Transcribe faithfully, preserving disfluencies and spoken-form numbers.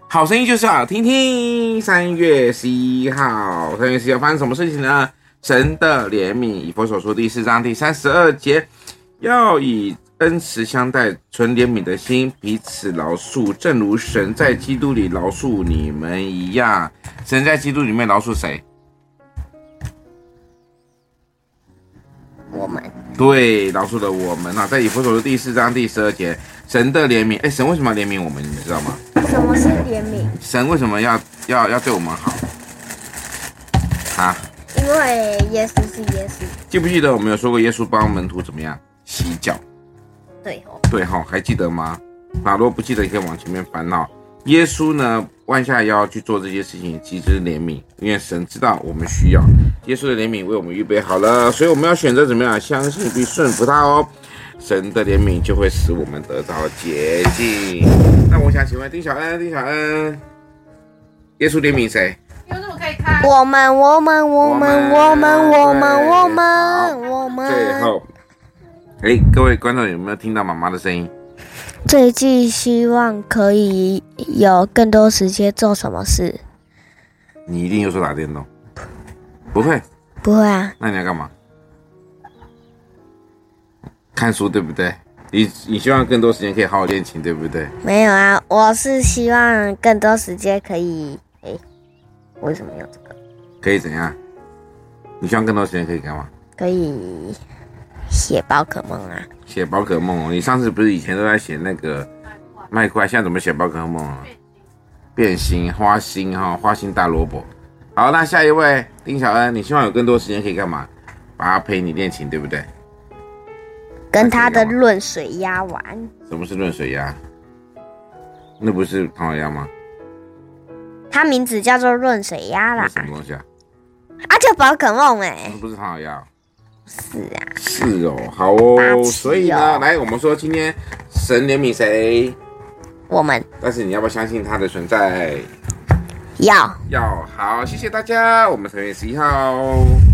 好声音就是要听听。三月十一号，三月十一号发生什么事情呢？神的怜悯，以弗所书第四章第三十二节，要以恩慈相待，存怜悯的心，彼此饶恕，正如神在基督里饶恕你们一样。神在基督里面饶恕谁？ 我们。 对，饶恕了我们啊！在以弗所书第四章第十二节，神的怜悯，哎，神为什么要怜悯我们？你们知道吗？ 什么是怜悯？ 神为什么要要要对我们好？啊？ 因为耶稣是耶稣。 记不记得我们有说过，耶稣帮门徒怎么样洗脚？ 对哦。 对哈、哦，还记得吗？啊，如果不记得，你可以往前面翻哦。耶稣呢，弯下腰去做这些事情，其实是怜悯，因为神知道我们需要。耶稣的怜悯为我们预备好了，所以我们要选择怎么样？相信并顺服他哦。神的怜悯就会使我们得到洁净。那我想请问丁小恩，丁小恩，耶稣怜悯谁？ 有什么可以看？我们，我们，我们，我们，我们，我们，我们。 最后，哎，各位观众有没有听到妈妈的声音？ 最近希望可以有更多时间做什么事？ 你一定又说打电动？不会？ 不会啊。 那你要干嘛？看书对不对？你你希望更多时间可以好好练琴对不对？ 没有啊，我是希望更多时间可以，哎，为什么有这个？ 可以怎样？你希望更多时间可以干嘛？ 可以写宝可梦啊。 写宝可梦哦，你上次不是以前都在写那个麦块，现在怎么写宝可梦啊？变形花心哈、哦，花心大萝卜。好，那下一位丁小恩，你希望有更多时间可以干嘛？把他陪你练琴对不对？ 跟他的润水鸭玩。 什么是润水鸭？那不是唐老鸭吗？ 它名字叫做润水鸭啦。 什么东西啊？ 啊，叫宝可梦哎、欸。 那不是唐老鸭、哦。 是啊。 是哦，好哦。所以呢，来，我们说今天神怜悯谁？ 我们。 但是你要不要相信他的存在？ 要。 要。好，谢谢大家，我们三月十一号。